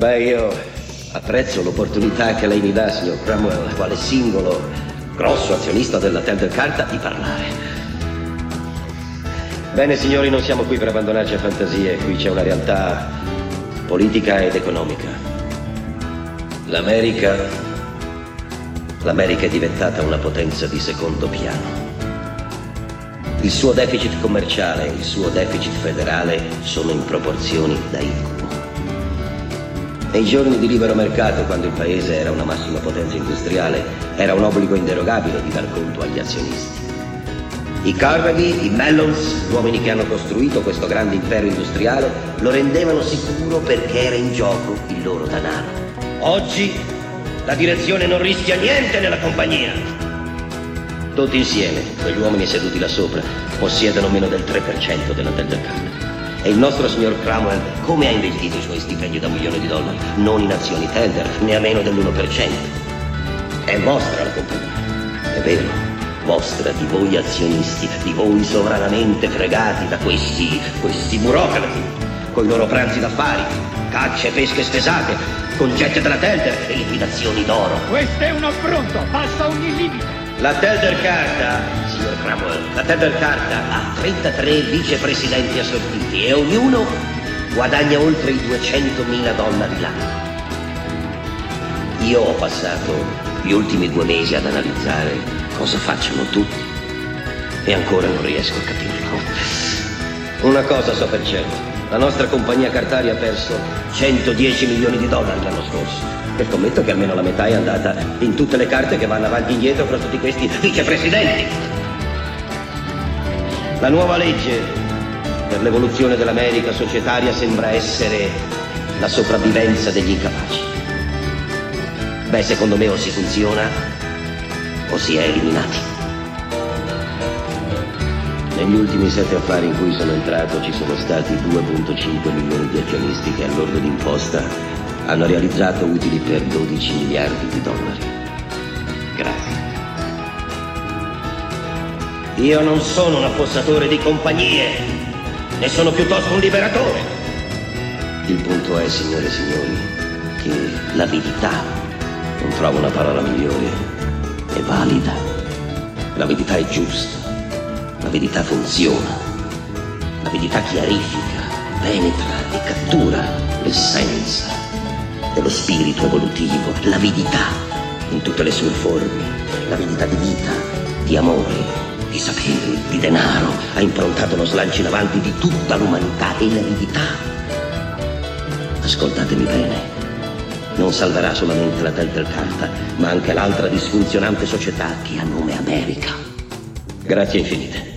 Beh, io apprezzo l'opportunità che lei mi dà, signor Cromwell, quale singolo grosso azionista della Tender Carta, di parlare. Bene, signori, non siamo qui per abbandonarci a fantasie. Qui c'è una realtà politica ed economica. L'America è diventata una potenza di secondo piano. Il suo deficit commerciale e il suo deficit federale sono in proporzioni da incubo. Nei giorni di libero mercato, quando il paese era una massima potenza industriale, era un obbligo inderogabile di dar conto agli azionisti. I Carnegie, i Mellons, gli uomini che hanno costruito questo grande impero industriale, lo rendevano sicuro perché era in gioco il loro denaro. Oggi la direzione non rischia niente nella compagnia. Tutti insieme, quegli uomini seduti là sopra, possiedono meno del 3% della Tender Carta. E il nostro signor Cromwell come ha investito i suoi stipendi da $1 milione? Non in azioni Tender, né a meno dell'1%. È vostra la compagnia, è vero. Vostra, di voi azionisti, di voi sovranamente fregati da questi burocrati, coi loro pranzi d'affari, cacce e pesche spesate, concette della Tender e liquidazioni d'oro. Questo è un affronto, passa ogni limite. La Tender Carta, signor Cromwell, la Tender Carta ha 33 vicepresidenti assortiti e ognuno guadagna oltre i $200.000 l'anno. Io ho passato gli ultimi 2 mesi ad analizzare cosa facciano tutti e ancora non riesco a capirlo. Una cosa so per certo: la nostra compagnia cartaria ha perso $110 milioni l'anno scorso. E scommetto che almeno la metà è andata in tutte le carte che vanno avanti e indietro fra tutti questi vicepresidenti. La nuova legge per l'evoluzione dell'America societaria sembra essere la sopravvivenza degli incapaci. Beh, secondo me o si funziona o si è eliminati. Negli ultimi 7 affari in cui sono entrato ci sono stati 2,5 milioni di azionisti che all'ordo d'imposta hanno realizzato utili per $12 miliardi. Grazie. Io non sono un affossatore di compagnie, ne sono piuttosto un liberatore. Il punto è, signore e signori, che l'avidità, non trovo una parola migliore, è valida. L'avidità è giusta, l'avidità funziona, l'avidità chiarifica, penetra e cattura l'essenza dello spirito evolutivo, l'avidità in tutte le sue forme, l'avidità di vita, di amore, di sapere, di denaro, ha improntato lo slancio in avanti di tutta l'umanità. E l'avidità, ascoltatemi bene, non salverà solamente la Tender Carta, ma anche l'altra disfunzionante società che ha nome America. Grazie infinite.